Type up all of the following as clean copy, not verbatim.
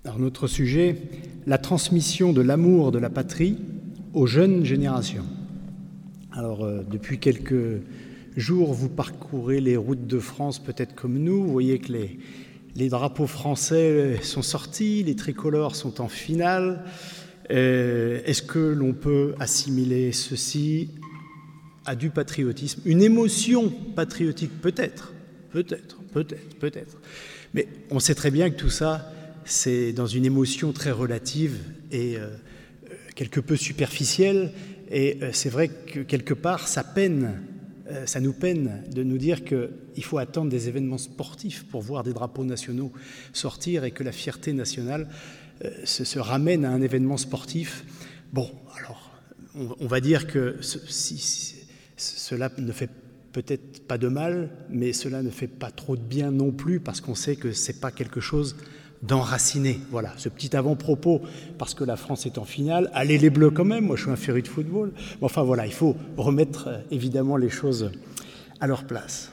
Alors notre sujet, la transmission de l'amour de la patrie aux jeunes générations. Alors depuis quelques jours, vous parcourez les routes de France peut-être comme nous, vous voyez que les drapeaux français sont sortis, les tricolores sont en finale. Est-ce que l'on peut assimiler ceci à du patriotisme, une émotion patriotique peut-être. Mais on sait très bien que tout ça, c'est dans une émotion très relative et quelque peu superficielle. Et c'est vrai que quelque part, ça nous peine de nous dire qu'il faut attendre des événements sportifs pour voir des drapeaux nationaux sortir et que la fierté nationale se ramène à un événement sportif. Bon, alors, on va dire que cela ne fait peut-être pas de mal, mais cela ne fait pas trop de bien non plus, parce qu'on sait que ce n'est pas quelque chose d'enraciné. Voilà, ce petit avant-propos, parce que la France est en finale. Allez les Bleus quand même, moi je suis un féru de football. Enfin voilà, il faut remettre évidemment les choses à leur place.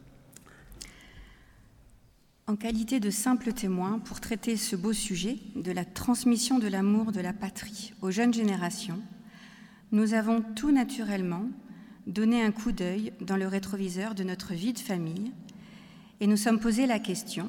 En qualité de simple témoin, pour traiter ce beau sujet de la transmission de l'amour de la patrie aux jeunes générations, nous avons tout naturellement donné un coup d'œil dans le rétroviseur de notre vie de famille et nous sommes posé la question: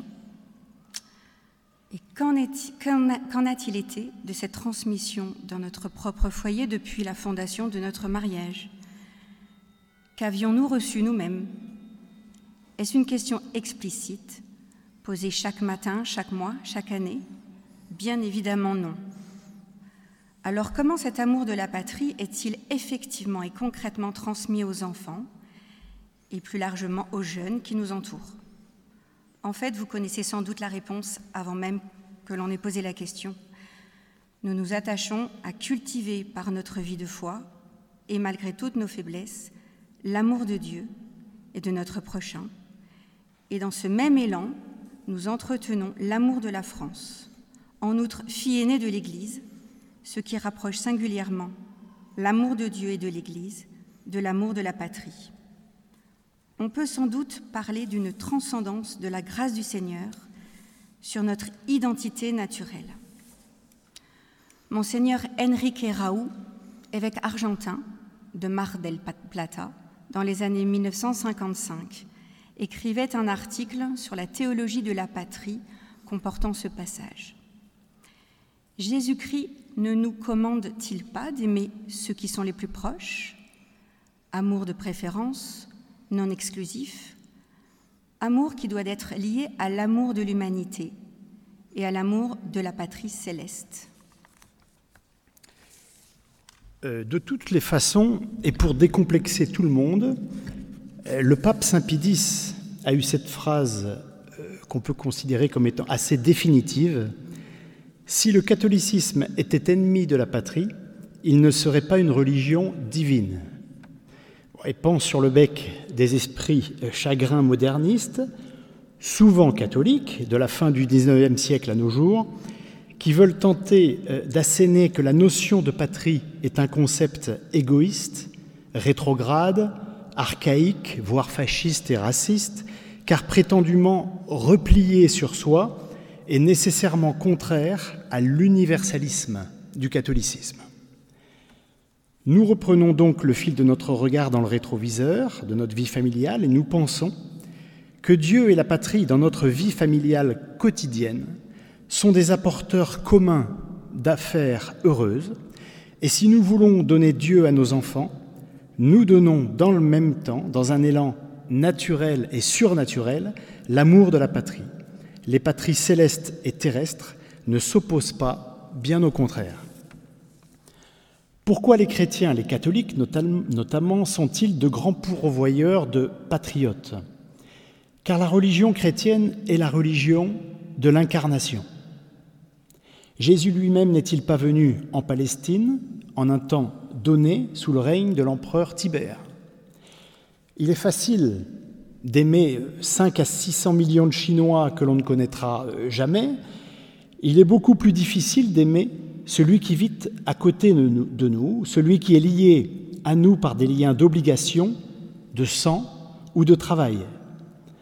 et qu'en a-t-il été de cette transmission dans notre propre foyer depuis la fondation de notre mariage? Qu'avions-nous reçu nous-mêmes? Est-ce une question explicite, posée chaque matin, chaque mois, chaque année? Bien évidemment non. Alors comment cet amour de la patrie est-il effectivement et concrètement transmis aux enfants et plus largement aux jeunes qui nous entourent? En fait, vous connaissez sans doute la réponse avant même que l'on ait posé la question. Nous nous attachons à cultiver par notre vie de foi et malgré toutes nos faiblesses, l'amour de Dieu et de notre prochain. Et dans ce même élan, nous entretenons l'amour de la France. En outre, fille aînée de l'Église, ce qui rapproche singulièrement l'amour de Dieu et de l'Église de l'amour de la patrie. On peut sans doute parler d'une transcendance de la grâce du Seigneur sur notre identité naturelle. Monseigneur Enrique Raoult, évêque argentin de Mar del Plata, dans les années 1955, écrivait un article sur la théologie de la patrie comportant ce passage. Jésus-Christ ne nous commande-t-il pas d'aimer ceux qui sont les plus proches? Amour de préférence, non exclusif, amour qui doit être lié à l'amour de l'humanité et à l'amour de la patrie céleste. De toutes les façons, et pour décomplexer tout le monde, le pape Saint Pie X a eu cette phrase qu'on peut considérer comme étant assez définitive: si le catholicisme était ennemi de la patrie, il ne serait pas une religion divine. Et pense sur le bec des esprits chagrins modernistes, souvent catholiques, de la fin du XIXe siècle à nos jours, qui veulent tenter d'asséner que la notion de patrie est un concept égoïste, rétrograde, archaïque, voire fasciste et raciste, car prétendument replié sur soi, est nécessairement contraire à l'universalisme du catholicisme. Nous reprenons donc le fil de notre regard dans le rétroviseur de notre vie familiale et nous pensons que Dieu et la patrie dans notre vie familiale quotidienne sont des apporteurs communs d'affaires heureuses, et si nous voulons donner Dieu à nos enfants, nous donnons dans le même temps, dans un élan naturel et surnaturel, l'amour de la patrie. Les patries célestes et terrestres ne s'opposent pas, bien au contraire. Pourquoi les chrétiens, les catholiques notamment, sont-ils de grands pourvoyeurs de patriotes? Car la religion chrétienne est la religion de l'incarnation. Jésus lui-même n'est-il pas venu en Palestine en un temps donné sous le règne de l'empereur Tibère? Il est facile d'aimer 5 à 600 millions de Chinois que l'on ne connaîtra jamais. Il est beaucoup plus difficile d'aimer celui qui vit à côté de nous, celui qui est lié à nous par des liens d'obligation, de sang ou de travail.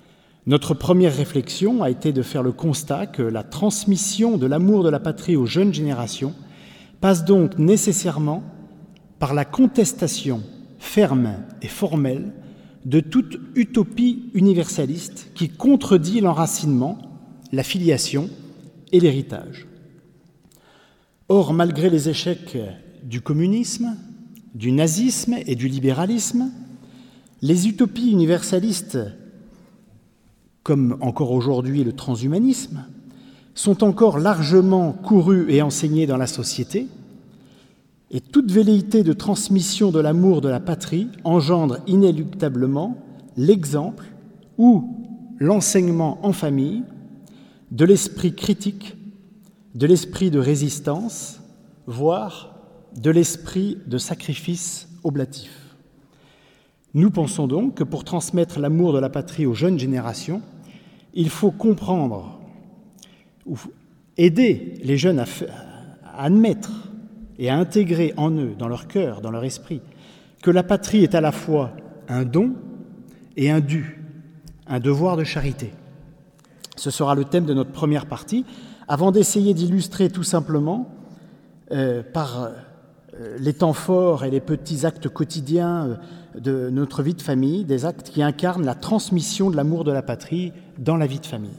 Notre première réflexion a été de faire le constat que la transmission de l'amour de la patrie aux jeunes générations passe donc nécessairement par la contestation ferme et formelle de toute utopie universaliste qui contredit l'enracinement, la filiation et l'héritage. Or, malgré les échecs du communisme, du nazisme et du libéralisme, les utopies universalistes, comme encore aujourd'hui le transhumanisme, sont encore largement courues et enseignées dans la société, et toute velléité de transmission de l'amour de la patrie engendre inéluctablement l'exemple ou l'enseignement en famille de l'esprit critique, de l'esprit de résistance, voire de l'esprit de sacrifice oblatif. Nous pensons donc que pour transmettre l'amour de la patrie aux jeunes générations, il faut comprendre ou aider les jeunes à admettre et à intégrer en eux, dans leur cœur, dans leur esprit, que la patrie est à la fois un don et un dû, un devoir de charité. Ce sera le thème de notre première partie, avant d'essayer d'illustrer tout simplement par les temps forts et les petits actes quotidiens de notre vie de famille, des actes qui incarnent la transmission de l'amour de la patrie dans la vie de famille.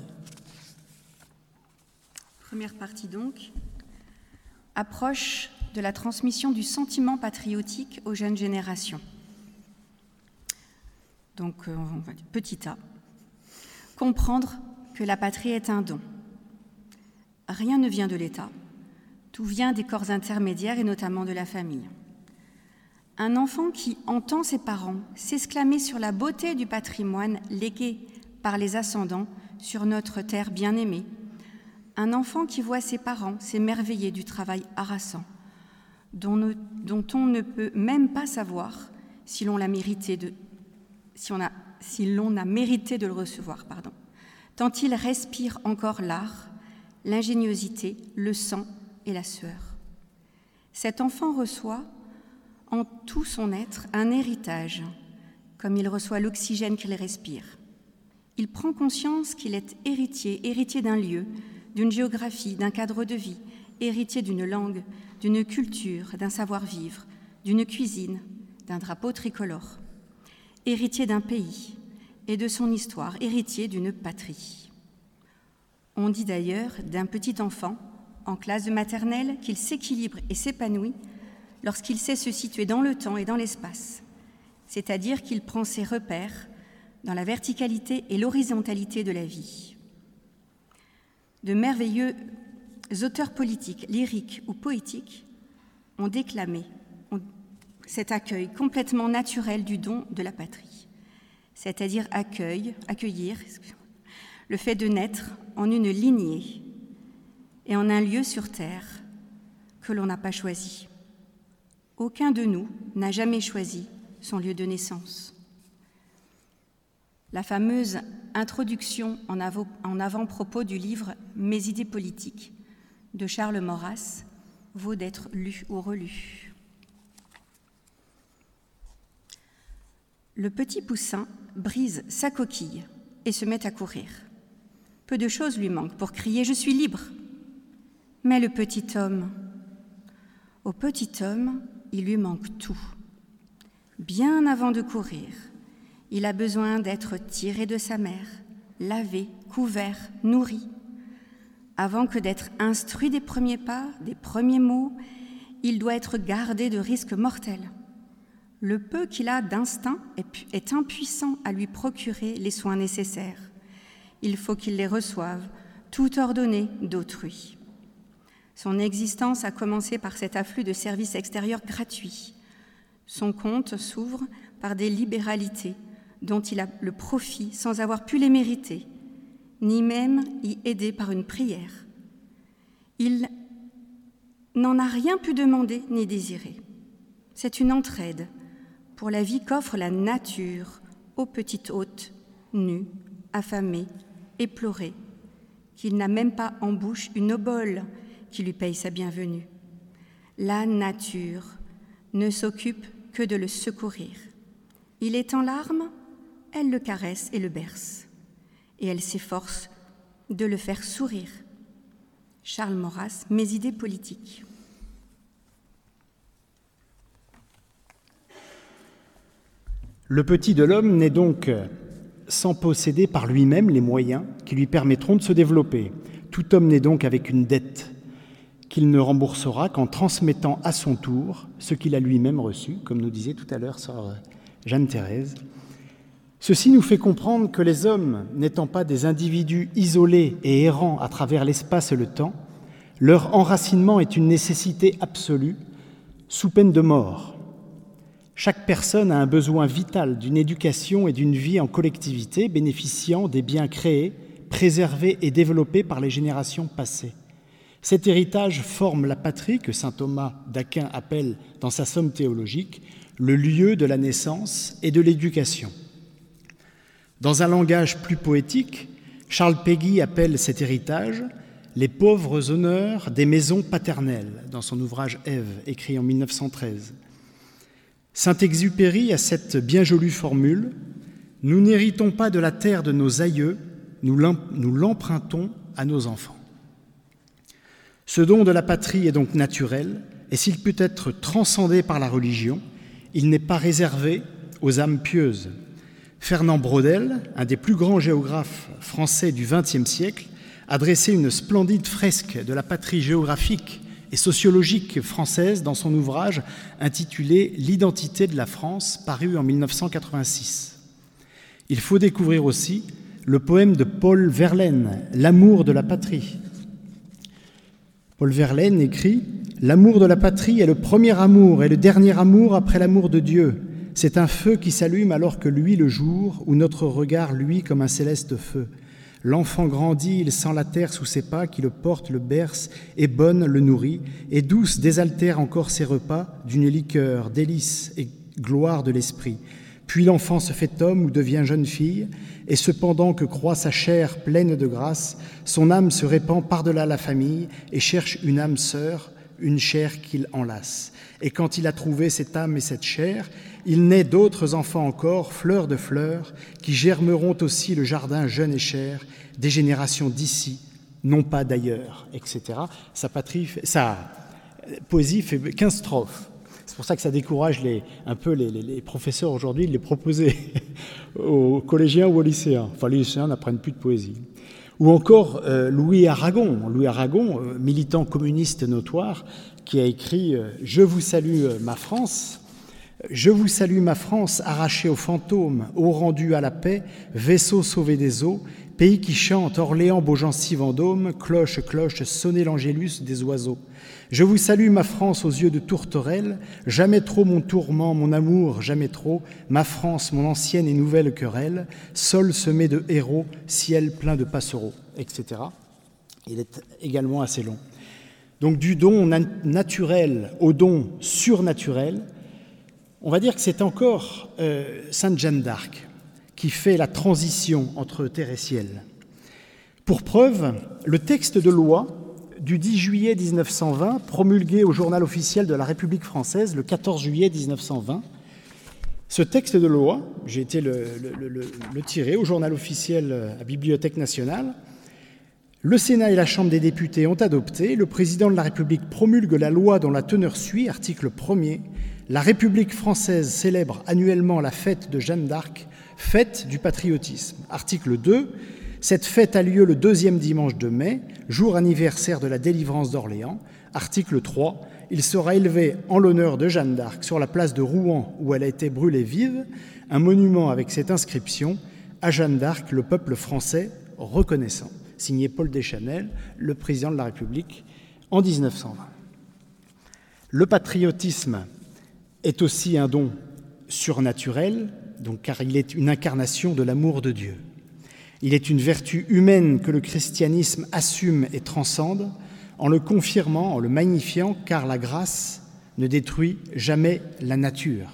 Première partie donc, approche de la transmission du sentiment patriotique aux jeunes générations. Donc, on va dire petit a, comprendre que la patrie est un don. Rien ne vient de l'État, tout vient des corps intermédiaires et notamment de la famille. Un enfant qui entend ses parents s'exclamer sur la beauté du patrimoine légué par les ascendants sur notre terre bien-aimée, un enfant qui voit ses parents s'émerveiller du travail harassant, dont on ne peut même pas savoir si l'on a mérité de le recevoir, tant il respire encore l'art, l'ingéniosité, le sang et la sueur. Cet enfant reçoit en tout son être un héritage, comme il reçoit l'oxygène qu'il respire. Il prend conscience qu'il est héritier d'un lieu, d'une géographie, d'un cadre de vie, héritier d'une langue, d'une culture, d'un savoir-vivre, d'une cuisine, d'un drapeau tricolore, héritier d'un pays et de son histoire, héritier d'une patrie. On dit d'ailleurs d'un petit enfant en classe de maternelle qu'il s'équilibre et s'épanouit lorsqu'il sait se situer dans le temps et dans l'espace, c'est-à-dire qu'il prend ses repères dans la verticalité et l'horizontalité de la vie. De merveilleux auteurs politiques, lyriques ou poétiques ont déclamé cet accueil complètement naturel du don de la patrie, c'est-à-dire accueillir le fait de naître en une lignée et en un lieu sur terre que l'on n'a pas choisi. Aucun de nous n'a jamais choisi son lieu de naissance. La fameuse introduction en avant-propos du livre « Mes idées politiques » de Charles Maurras vaut d'être lue ou relue. Le petit poussin brise sa coquille et se met à courir. Peu de choses lui manquent pour crier « Je suis libre !» Mais le petit homme, au petit homme, il lui manque tout. Bien avant de courir, il a besoin d'être tiré de sa mère, lavé, couvert, nourri. Avant que d'être instruit des premiers pas, des premiers mots, il doit être gardé de risques mortels. Le peu qu'il a d'instinct est impuissant à lui procurer les soins nécessaires. Il faut qu'il les reçoive, tout ordonné d'autrui. Son existence a commencé par cet afflux de services extérieurs gratuits. Son compte s'ouvre par des libéralités dont il a le profit sans avoir pu les mériter, ni même y aider par une prière. Il n'en a rien pu demander ni désirer. C'est une entraide pour la vie qu'offre la nature aux petites hôtes, nues, affamées, éplorées, qu'il n'a même pas en bouche une obole qui lui paye sa bienvenue. La nature ne s'occupe que de le secourir. Il est en larmes, elle le caresse et le berce. et elle s'efforce de le faire sourire. Charles Maurras, Mes idées politiques. Le petit de l'homme n'est donc sans posséder par lui-même les moyens qui lui permettront de se développer. Tout homme naît donc avec une dette qu'il ne remboursera qu'en transmettant à son tour ce qu'il a lui-même reçu, comme nous disait tout à l'heure sœur Jeanne-Thérèse. Ceci nous fait comprendre que les hommes, n'étant pas des individus isolés et errants à travers l'espace et le temps, leur enracinement est une nécessité absolue, sous peine de mort. Chaque personne a un besoin vital d'une éducation et d'une vie en collectivité, bénéficiant des biens créés, préservés et développés par les générations passées. Cet héritage forme la patrie que saint Thomas d'Aquin appelle, dans sa Somme théologique, le lieu de la naissance et de l'éducation. Dans un langage plus poétique, Charles Péguy appelle cet héritage les pauvres honneurs des maisons paternelles, dans son ouvrage Ève, écrit en 1913. Saint-Exupéry a cette bien jolie formule « Nous n'héritons pas de la terre de nos aïeux, nous l'empruntons à nos enfants ». Ce don de la patrie est donc naturel, et s'il peut être transcendé par la religion, il n'est pas réservé aux âmes pieuses. Fernand Braudel, un des plus grands géographes français du XXe siècle, a dressé une splendide fresque de la patrie géographique et sociologique française dans son ouvrage intitulé « L'identité de la France », paru en 1986. Il faut découvrir aussi le poème de Paul Verlaine, « L'amour de la patrie ». Paul Verlaine écrit « L'amour de la patrie est le premier amour et le dernier amour après l'amour de Dieu. C'est un feu qui s'allume alors que luit le jour, où notre regard luit comme un céleste feu. L'enfant grandit, il sent la terre sous ses pas, qui le porte, le berce, et bonne le nourrit, et douce désaltère encore ses repas, d'une liqueur, délice et gloire de l'esprit. Puis l'enfant se fait homme ou devient jeune fille, et cependant que croît sa chair pleine de grâce, son âme se répand par-delà la famille, et cherche une âme sœur, une chair qu'il enlace. Et quand il a trouvé cette âme et cette chair, il naît d'autres enfants encore, fleurs de fleurs, qui germeront aussi le jardin jeune et cher, des générations d'ici, non pas d'ailleurs, etc. Sa poésie fait 15 strophes. C'est pour ça que ça décourage un peu les professeurs aujourd'hui de les proposer aux collégiens ou aux lycéens. Enfin, les lycéens n'apprennent plus de poésie. Ou encore Louis Aragon, militant communiste notoire, qui a écrit « Je vous salue ma France ». Je vous salue ma France, arrachée aux fantômes, eau rendue à la paix, vaisseau sauvé des eaux, pays qui chante, Orléans, Beaugency, Vendôme, cloche, cloche, sonnez l'angélus des oiseaux. Je vous salue ma France aux yeux de tourterelle, jamais trop mon tourment, mon amour, jamais trop, ma France, mon ancienne et nouvelle querelle, sol semé de héros, ciel plein de passereaux, etc. Il est également assez long. Donc du don naturel au don surnaturel, on va dire que c'est encore Sainte Jeanne d'Arc qui fait la transition entre terre et ciel. Pour preuve, le texte de loi du 10 juillet 1920, promulgué au Journal officiel de la République française le 14 juillet 1920, ce texte de loi, j'ai été le tirer au Journal officiel à Bibliothèque nationale, le Sénat et la Chambre des députés ont adopté, le président de la République promulgue la loi dont la teneur suit, article 1er, la République française célèbre annuellement la fête de Jeanne d'Arc, fête du patriotisme. Article 2, cette fête a lieu le 2e dimanche de mai, jour anniversaire de la délivrance d'Orléans. Article 3, il sera élevé en l'honneur de Jeanne d'Arc sur la place de Rouen où elle a été brûlée vive, un monument avec cette inscription « À Jeanne d'Arc, le peuple français reconnaissant », signé Paul Deschanel, le président de la République, en 1920. Le patriotisme est aussi un don surnaturel, car il est une incarnation de l'amour de Dieu. Il est une vertu humaine que le christianisme assume et transcende en le confirmant, en le magnifiant, car la grâce ne détruit jamais la nature.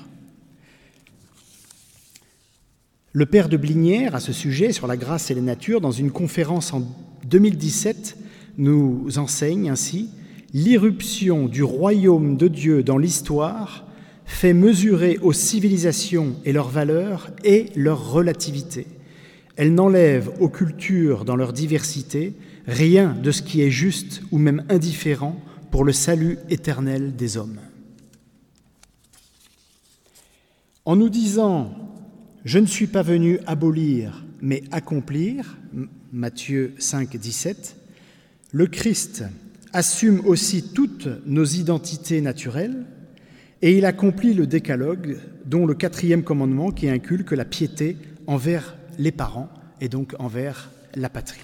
Le père de Blinière, à ce sujet, sur la grâce et la nature, dans une conférence en 2017, nous enseigne ainsi « L'irruption du royaume de Dieu dans l'histoire fait mesurer aux civilisations et leurs valeurs et leur relativité. Elle n'enlève aux cultures dans leur diversité rien de ce qui est juste ou même indifférent pour le salut éternel des hommes. En nous disant « Je ne suis pas venu abolir, mais accomplir » Matthieu 5, 17, le Christ assume aussi toutes nos identités naturelles et il accomplit le décalogue, dont le 4e commandement qui inculque la piété envers les parents et donc envers la patrie.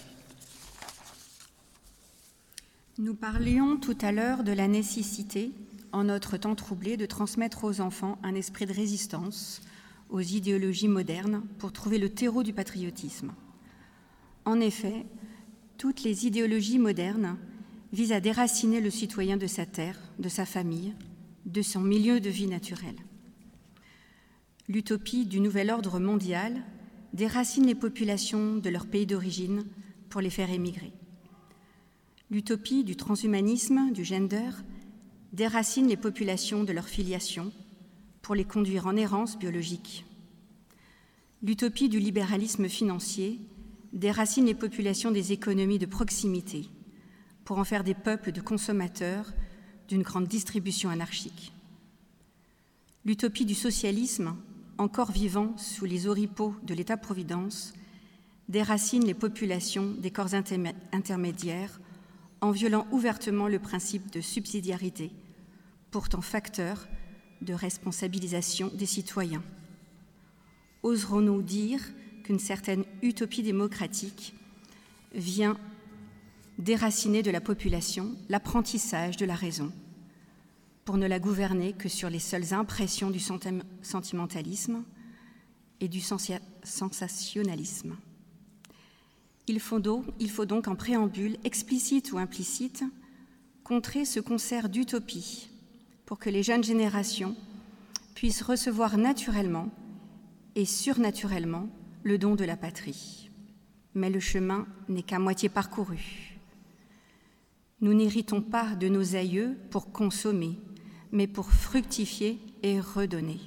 Nous parlions tout à l'heure de la nécessité, en notre temps troublé, de transmettre aux enfants un esprit de résistance aux idéologies modernes pour trouver le terreau du patriotisme. En effet, toutes les idéologies modernes visent à déraciner le citoyen de sa terre, de sa famille, de son milieu de vie naturel. L'utopie du nouvel ordre mondial déracine les populations de leur pays d'origine pour les faire émigrer. L'utopie du transhumanisme, du gender, déracine les populations de leur filiation pour les conduire en errance biologique. L'utopie du libéralisme financier déracine les populations des économies de proximité pour en faire des peuples de consommateurs d'une grande distribution anarchique. L'utopie du socialisme, encore vivant sous les oripeaux de l'État-providence, déracine les populations des corps intermédiaires en violant ouvertement le principe de subsidiarité, pourtant facteur de responsabilisation des citoyens. Oserons-nous dire qu'une certaine utopie démocratique vient déraciner de la population l'apprentissage de la raison, pour ne la gouverner que sur les seules impressions du sentimentalisme et du sensationnalisme. Il faut donc en préambule, explicite ou implicite, contrer ce concert d'utopie pour que les jeunes générations puissent recevoir naturellement et surnaturellement le don de la patrie. Mais le chemin n'est qu'à moitié parcouru. Nous n'héritons pas de nos aïeux pour consommer, mais pour fructifier et redonner.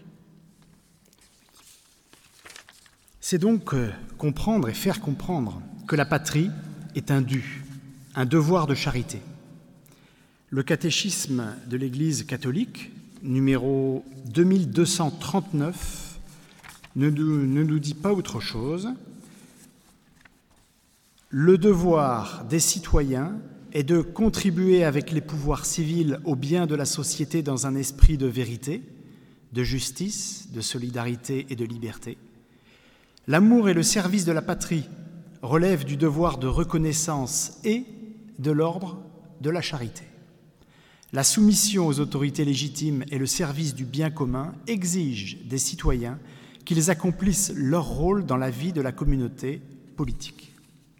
C'est donc comprendre et faire comprendre que la patrie est un dû, un devoir de charité. Le catéchisme de l'Église catholique, numéro 2239, ne nous dit pas autre chose. Le devoir des citoyens est de contribuer avec les pouvoirs civils au bien de la société dans un esprit de vérité, de justice, de solidarité et de liberté. L'amour et le service de la patrie relèvent du devoir de reconnaissance et de l'ordre de la charité. La soumission aux autorités légitimes et le service du bien commun exigent des citoyens qu'ils accomplissent leur rôle dans la vie de la communauté politique.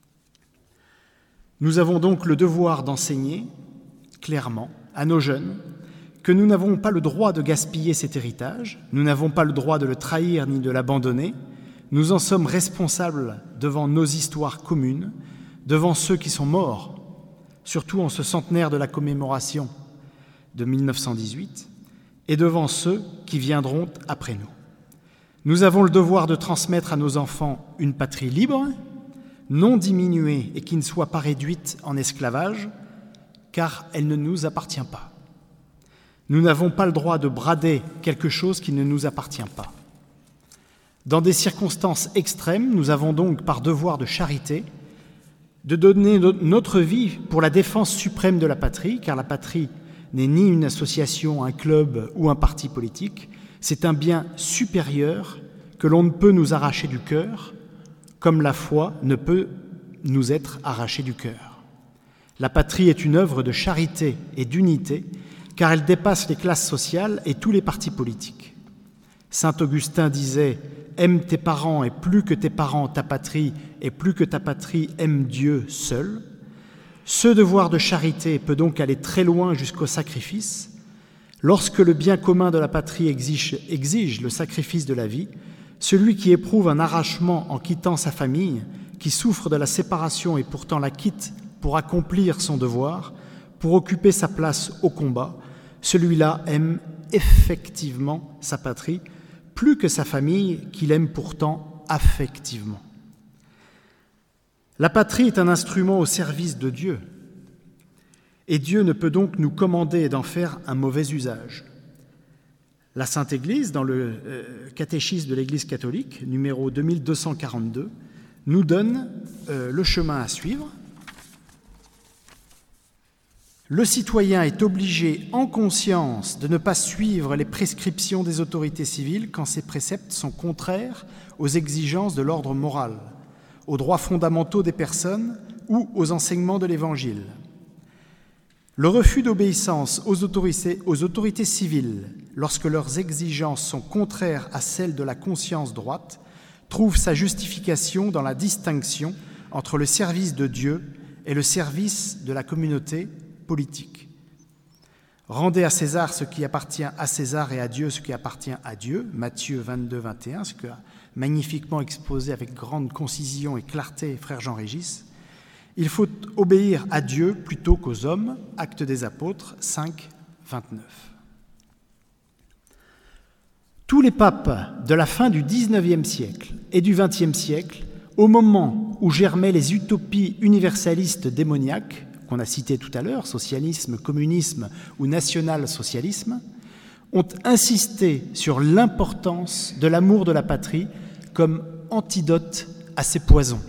Nous avons donc le devoir d'enseigner clairement à nos jeunes que nous n'avons pas le droit de gaspiller cet héritage, nous n'avons pas le droit de le trahir ni de l'abandonner, nous en sommes responsables devant nos histoires communes, devant ceux qui sont morts, surtout en ce centenaire de la commémoration de 1918, et devant ceux qui viendront après nous. Nous avons le devoir de transmettre à nos enfants une patrie libre, non diminuée et qui ne soit pas réduite en esclavage, car elle ne nous appartient pas. Nous n'avons pas le droit de brader quelque chose qui ne nous appartient pas. Dans des circonstances extrêmes, nous avons donc, par devoir de charité, de donner notre vie pour la défense suprême de la patrie, car la patrie n'est ni une association, un club ou un parti politique, c'est un bien supérieur que l'on ne peut nous arracher du cœur, comme la foi ne peut nous être arrachée du cœur. La patrie est une œuvre de charité et d'unité, car elle dépasse les classes sociales et tous les partis politiques. Saint Augustin disait « Aime tes parents et plus que tes parents ta patrie, et plus que ta patrie aime Dieu seul ». Ce devoir de charité peut donc aller très loin jusqu'au sacrifice. Lorsque le bien commun de la patrie exige le sacrifice de la vie, celui qui éprouve un arrachement en quittant sa famille, qui souffre de la séparation et pourtant la quitte pour accomplir son devoir, pour occuper sa place au combat, celui-là aime effectivement sa patrie, plus que sa famille qu'il aime pourtant affectivement. La patrie est un instrument au service de Dieu, et Dieu ne peut donc nous commander d'en faire un mauvais usage. La Sainte Église, dans le catéchisme de l'Église catholique, numéro 2242, nous donne le chemin à suivre. Le citoyen est obligé, en conscience, de ne pas suivre les prescriptions des autorités civiles quand ces préceptes sont contraires aux exigences de l'ordre moral, aux droits fondamentaux des personnes ou aux enseignements de l'Évangile. Le refus d'obéissance aux autorités civiles, lorsque leurs exigences sont contraires à celles de la conscience droite, trouve sa justification dans la distinction entre le service de Dieu et le service de la communauté politique. Rendez à César ce qui appartient à César et à Dieu ce qui appartient à Dieu, Matthieu 22, 21, ce qu'a magnifiquement exposé avec grande concision et clarté frère Jean-Régis. Il faut obéir à Dieu plutôt qu'aux hommes, Actes des Apôtres 5, 29. Tous les papes de la fin du XIXe siècle et du XXe siècle, au moment où germaient les utopies universalistes démoniaques, qu'on a citées tout à l'heure, socialisme, communisme ou national-socialisme, ont insisté sur l'importance de l'amour de la patrie comme antidote à ces poisons.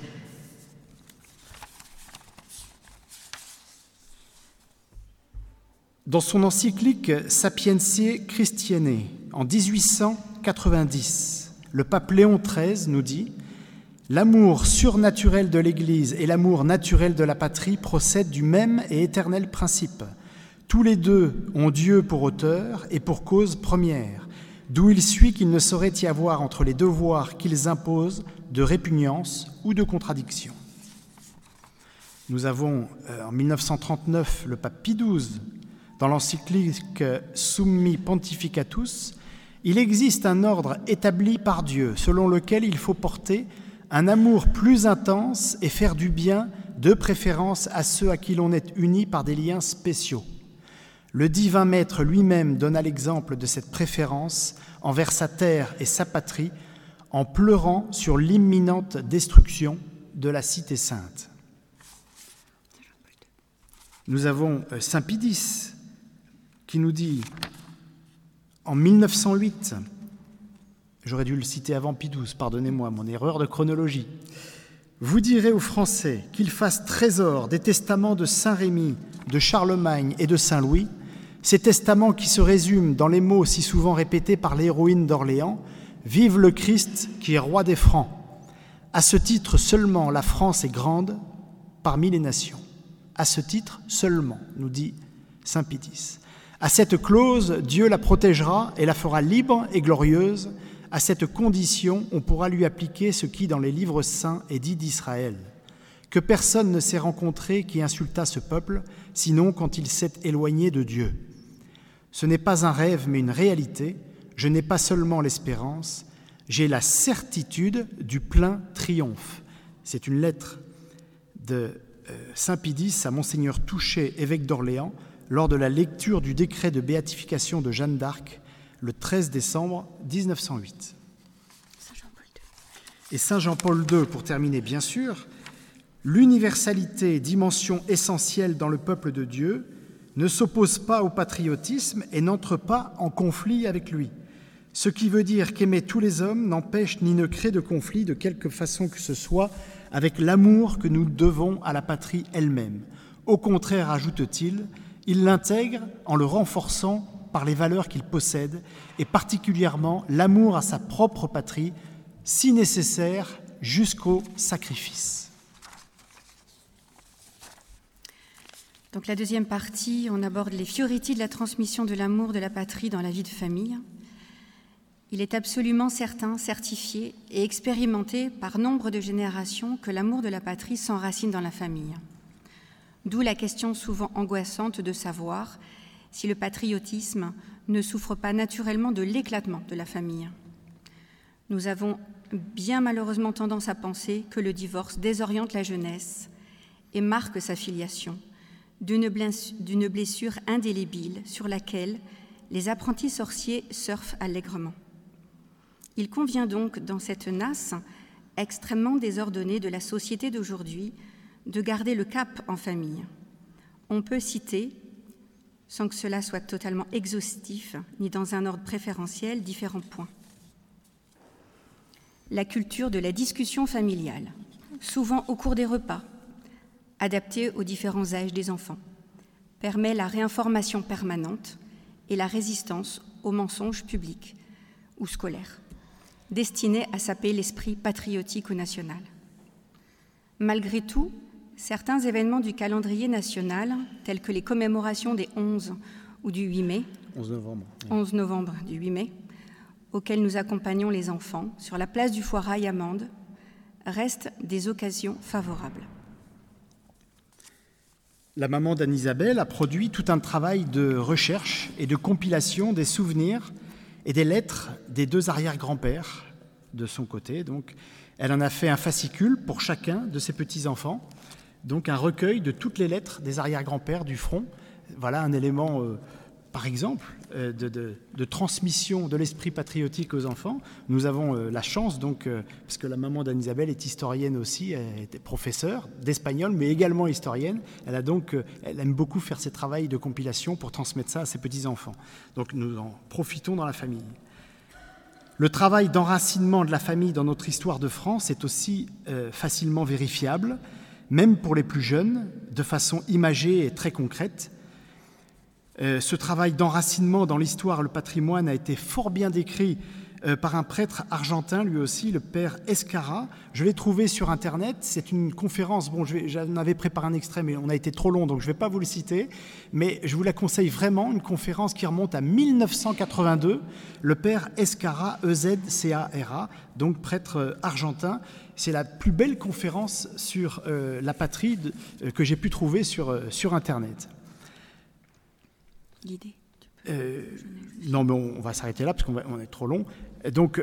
Dans son encyclique Sapientiae Christianae, en 1890, le pape Léon XIII nous dit « L'amour surnaturel de l'Église et l'amour naturel de la patrie procèdent du même et éternel principe. Tous les deux ont Dieu pour auteur et pour cause première, d'où il suit qu'il ne saurait y avoir entre les devoirs qu'ils imposent de répugnance ou de contradiction. » Nous avons, en 1939, le pape Pie XII, dans l'encyclique Summi Pontificatus, il existe un ordre établi par Dieu, selon lequel il faut porter un amour plus intense et faire du bien, de préférence à ceux à qui l'on est uni par des liens spéciaux. Le divin Maître lui-même donna l'exemple de cette préférence envers sa terre et sa patrie en pleurant sur l'imminente destruction de la cité sainte. Nous avons Saint Pie X qui nous dit en 1908, j'aurais dû le citer avant Pie XII, pardonnez-moi, mon erreur de chronologie. Vous direz aux Français qu'ils fassent trésor des testaments de Saint-Rémy, de Charlemagne et de Saint-Louis, ces testaments qui se résument dans les mots si souvent répétés par l'héroïne d'Orléans, « Vive le Christ qui est roi des Francs ». À ce titre seulement, la France est grande parmi les nations. À ce titre seulement, nous dit Saint Pie X. À cette clause, Dieu la protégera et la fera libre et glorieuse. À cette condition, on pourra lui appliquer ce qui, dans les livres saints, est dit d'Israël, que personne ne s'est rencontré qui insulta ce peuple, sinon quand il s'est éloigné de Dieu. Ce n'est pas un rêve, mais une réalité. Je n'ai pas seulement l'espérance, j'ai la certitude du plein triomphe. C'est une lettre de Saint Pie X à Monseigneur Touchet, évêque d'Orléans, lors de la lecture du décret de béatification de Jeanne d'Arc, le 13 décembre 1908. Et Saint Jean-Paul II, pour terminer bien sûr, l'universalité, dimension essentielle dans le peuple de Dieu, ne s'oppose pas au patriotisme et n'entre pas en conflit avec lui. Ce qui veut dire qu'aimer tous les hommes n'empêche ni ne crée de conflit de quelque façon que ce soit avec l'amour que nous devons à la patrie elle-même. Au contraire, ajoute-t-il, il l'intègre en le renforçant par les valeurs qu'il possède et particulièrement l'amour à sa propre patrie, si nécessaire jusqu'au sacrifice. Donc la deuxième partie, on aborde les fioriti de la transmission de l'amour de la patrie dans la vie de famille. Il est absolument certain, certifié et expérimenté par nombre de générations que l'amour de la patrie s'enracine dans la famille. D'où la question souvent angoissante de savoir si le patriotisme ne souffre pas naturellement de l'éclatement de la famille. Nous avons bien malheureusement tendance à penser que le divorce désoriente la jeunesse et marque sa filiation d'une blessure indélébile sur laquelle les apprentis sorciers surfent allègrement. Il convient donc, dans cette nasse, extrêmement désordonnée de la société d'aujourd'hui de garder le cap en famille. On peut citer, sans que cela soit totalement exhaustif, ni dans un ordre préférentiel, différents points. La culture de la discussion familiale, souvent au cours des repas, adaptée aux différents âges des enfants, permet la réinformation permanente et la résistance aux mensonges publics ou scolaires, destinés à saper l'esprit patriotique ou national. Malgré tout, certains événements du calendrier national, tels que les commémorations des 11 ou du 8 mai, 11 novembre du 8 mai, auxquels nous accompagnons les enfants sur la place du Foirail à Mende, restent des occasions favorables. La maman d'Anne-Isabelle a produit tout un travail de recherche et de compilation des souvenirs et des lettres des 2 arrière-grands-pères de son côté. Donc, elle en a fait un fascicule pour chacun de ses petits-enfants, donc un recueil de toutes les lettres des arrière-grands-pères du front. Voilà un élément, par exemple, de transmission de l'esprit patriotique aux enfants. Nous avons la chance, donc, parce que la maman d'Anne-Isabelle est historienne aussi, elle était professeure d'espagnol, mais également historienne. Elle aime beaucoup faire ses travaux de compilation pour transmettre ça à ses petits-enfants. Donc nous en profitons dans la famille. Le travail d'enracinement de la famille dans notre histoire de France est aussi facilement vérifiable, même pour les plus jeunes, de façon imagée et très concrète. Ce travail d'enracinement dans l'histoire et le patrimoine a été fort bien décrit par un prêtre argentin, lui aussi, le père Escarra. Je l'ai trouvé sur Internet. C'est une conférence. Bon, j'en avais préparé un extrait, mais on a été trop long, donc je ne vais pas vous le citer. Mais je vous la conseille vraiment, une conférence qui remonte à 1982. Le père Escarra, E-Z-C-A-R-A, donc prêtre argentin. C'est la plus belle conférence sur la patrie que j'ai pu trouver sur Internet. L'idée. Non, mais on va s'arrêter là parce qu'on est trop long. Donc,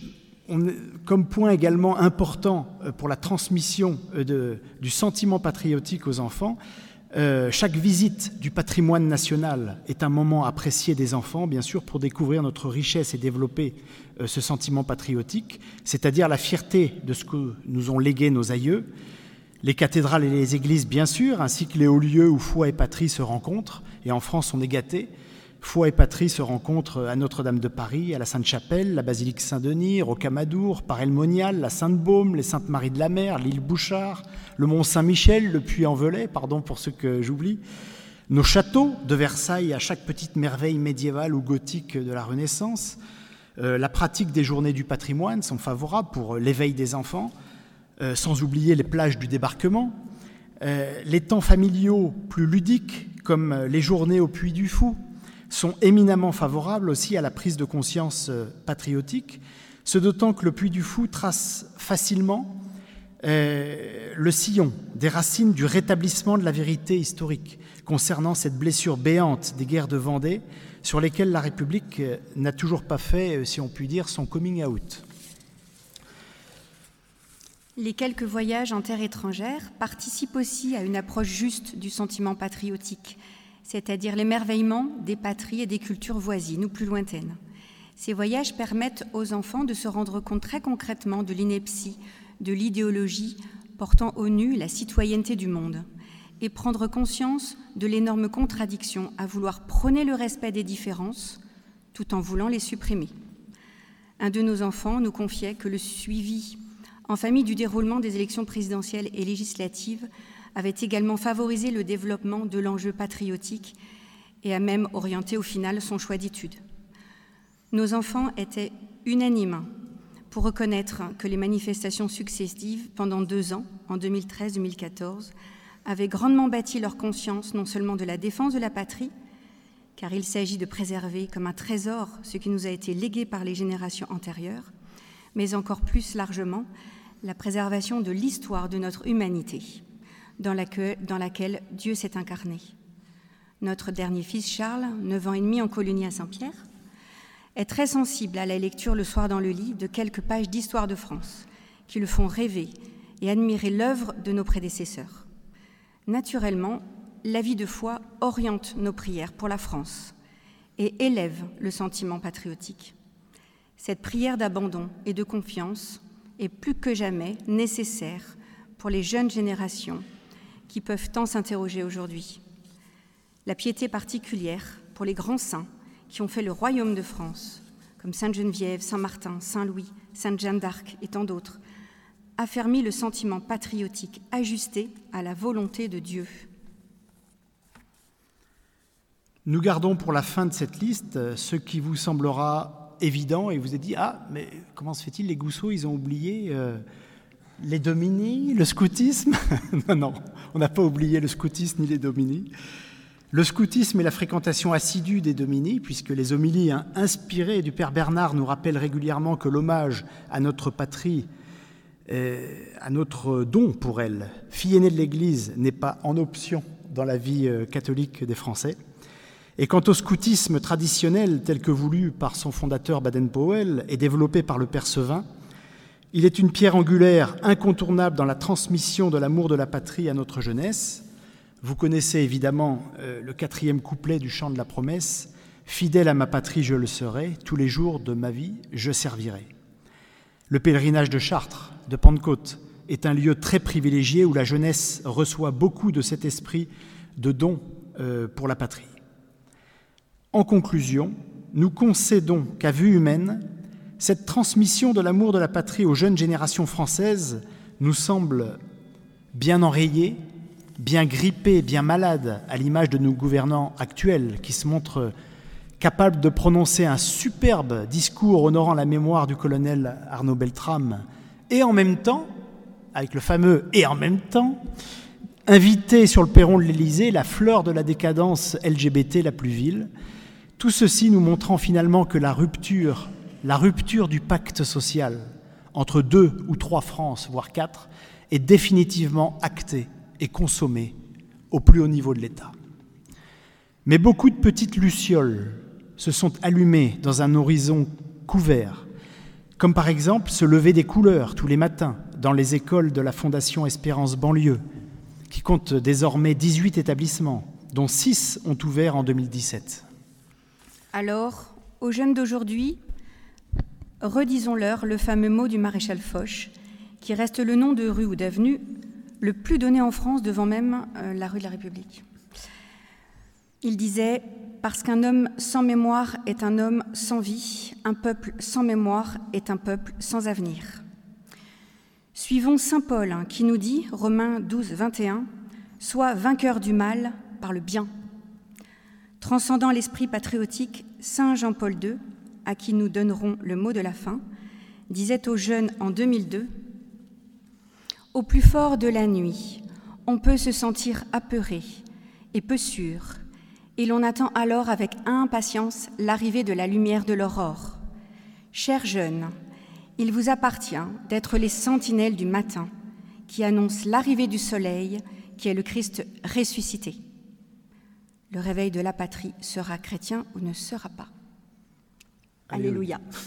comme point également important pour la transmission du sentiment patriotique aux enfants, chaque visite du patrimoine national est un moment apprécié des enfants, bien sûr, pour découvrir notre richesse et développer ce sentiment patriotique, c'est-à-dire la fierté de ce que nous ont légué nos aïeux, les cathédrales et les églises, bien sûr, ainsi que les hauts lieux où foi et patrie se rencontrent. Et en France, on est gâtés. Foi et patrie se rencontrent à Notre-Dame de Paris, à la Sainte-Chapelle, la basilique Saint-Denis, Rocamadour, Paray-le-Monial, la Sainte-Baume, les Saintes-Maries de la Mer, l'île Bouchard, le Mont-Saint-Michel, le Puy-en-Velay, pardon pour ceux que j'oublie. Nos châteaux de Versailles à chaque petite merveille médiévale ou gothique de la Renaissance. La pratique des journées du patrimoine sont favorables pour l'éveil des enfants, sans oublier les plages du débarquement. Les temps familiaux plus ludiques, comme les journées au Puy du Fou, sont éminemment favorables aussi à la prise de conscience patriotique, ce d'autant que le Puy du Fou trace facilement le sillon des racines du rétablissement de la vérité historique concernant cette blessure béante des guerres de Vendée sur lesquelles la République n'a toujours pas fait, si on peut dire, son coming out. Les quelques voyages en terre étrangère participent aussi à une approche juste du sentiment patriotique, c'est-à-dire l'émerveillement des patries et des cultures voisines ou plus lointaines. Ces voyages permettent aux enfants de se rendre compte très concrètement de l'ineptie, de l'idéologie portant au nu la citoyenneté du monde et prendre conscience de l'énorme contradiction à vouloir prôner le respect des différences tout en voulant les supprimer. Un de nos enfants nous confiait que le suivi en famille du déroulement des élections présidentielles et législatives avait également favorisé le développement de l'enjeu patriotique et a même orienté au final son choix d'études. Nos enfants étaient unanimes pour reconnaître que les manifestations successives pendant 2 ans, en 2013-2014, avaient grandement bâti leur conscience non seulement de la défense de la patrie, car il s'agit de préserver comme un trésor ce qui nous a été légué par les générations antérieures, mais encore plus largement la préservation de l'histoire de notre humanité, dans laquelle Dieu s'est incarné. Notre dernier fils Charles, 9 ans et demi en colonie à Saint-Pierre, est très sensible à la lecture le soir dans le lit de quelques pages d'histoire de France qui le font rêver et admirer l'œuvre de nos prédécesseurs. Naturellement, la vie de foi oriente nos prières pour la France et élève le sentiment patriotique. Cette prière d'abandon et de confiance est plus que jamais nécessaire pour les jeunes générations qui peuvent tant s'interroger aujourd'hui. La piété particulière pour les grands saints qui ont fait le royaume de France, comme Sainte Geneviève, Saint Martin, Saint Louis, Sainte Jeanne d'Arc et tant d'autres, affermit le sentiment patriotique ajusté à la volonté de Dieu. Nous gardons pour la fin de cette liste ce qui vous semblera évident et vous êtes dit « Ah, mais comment se fait-il, les Gousseaux, ils ont oublié les Domini, le scoutisme ?» Non, on n'a pas oublié le scoutisme ni les Domini. Le scoutisme est la fréquentation assidue des Domini, puisque les homélies inspirées du Père Bernard nous rappellent régulièrement que l'hommage à notre patrie, à notre don pour elle, fille aînée de l'Église, n'est pas en option dans la vie catholique des Français. Et quant au scoutisme traditionnel, tel que voulu par son fondateur Baden-Powell et développé par le Père Sevin, il est une pierre angulaire incontournable dans la transmission de l'amour de la patrie à notre jeunesse. Vous connaissez évidemment le 4e couplet du chant de la promesse « Fidèle à ma patrie, je le serai, tous les jours de ma vie, je servirai ». Le pèlerinage de Chartres, de Pentecôte, est un lieu très privilégié où la jeunesse reçoit beaucoup de cet esprit de don pour la patrie. En conclusion, nous concédons qu'à vue humaine, cette transmission de l'amour de la patrie aux jeunes générations françaises nous semble bien enrayée, bien grippée, bien malade, à l'image de nos gouvernants actuels qui se montrent capables de prononcer un superbe discours honorant la mémoire du colonel Arnaud Beltrame et en même temps, avec le fameux « et en même temps », inviter sur le perron de l'Élysée la fleur de la décadence LGBT la plus vile, tout ceci nous montrant finalement que la rupture du pacte social entre 2 ou 3 France, voire 4, est définitivement actée et consommée au plus haut niveau de l'État. Mais beaucoup de petites lucioles se sont allumées dans un horizon couvert, comme par exemple ce lever des couleurs tous les matins dans les écoles de la Fondation Espérance Banlieue, qui compte désormais 18 établissements, dont 6 ont ouvert en 2017. Alors, aux jeunes d'aujourd'hui, redisons-leur le fameux mot du maréchal Foch, qui reste le nom de rue ou d'avenue le plus donné en France devant même la rue de la République. Il disait « Parce qu'un homme sans mémoire est un homme sans vie, un peuple sans mémoire est un peuple sans avenir. » Suivons saint Paul qui nous dit, Romains 12, 21, « Sois vainqueur du mal par le bien ». Transcendant l'esprit patriotique, saint Jean-Paul II, à qui nous donnerons le mot de la fin, disait aux jeunes en 2002 « Au plus fort de la nuit, on peut se sentir apeuré et peu sûr, et l'on attend alors avec impatience l'arrivée de la lumière de l'aurore. Chers jeunes, il vous appartient d'être les sentinelles du matin qui annoncent l'arrivée du soleil qui est le Christ ressuscité. Le réveil de la patrie sera chrétien ou ne sera pas. Alléluia.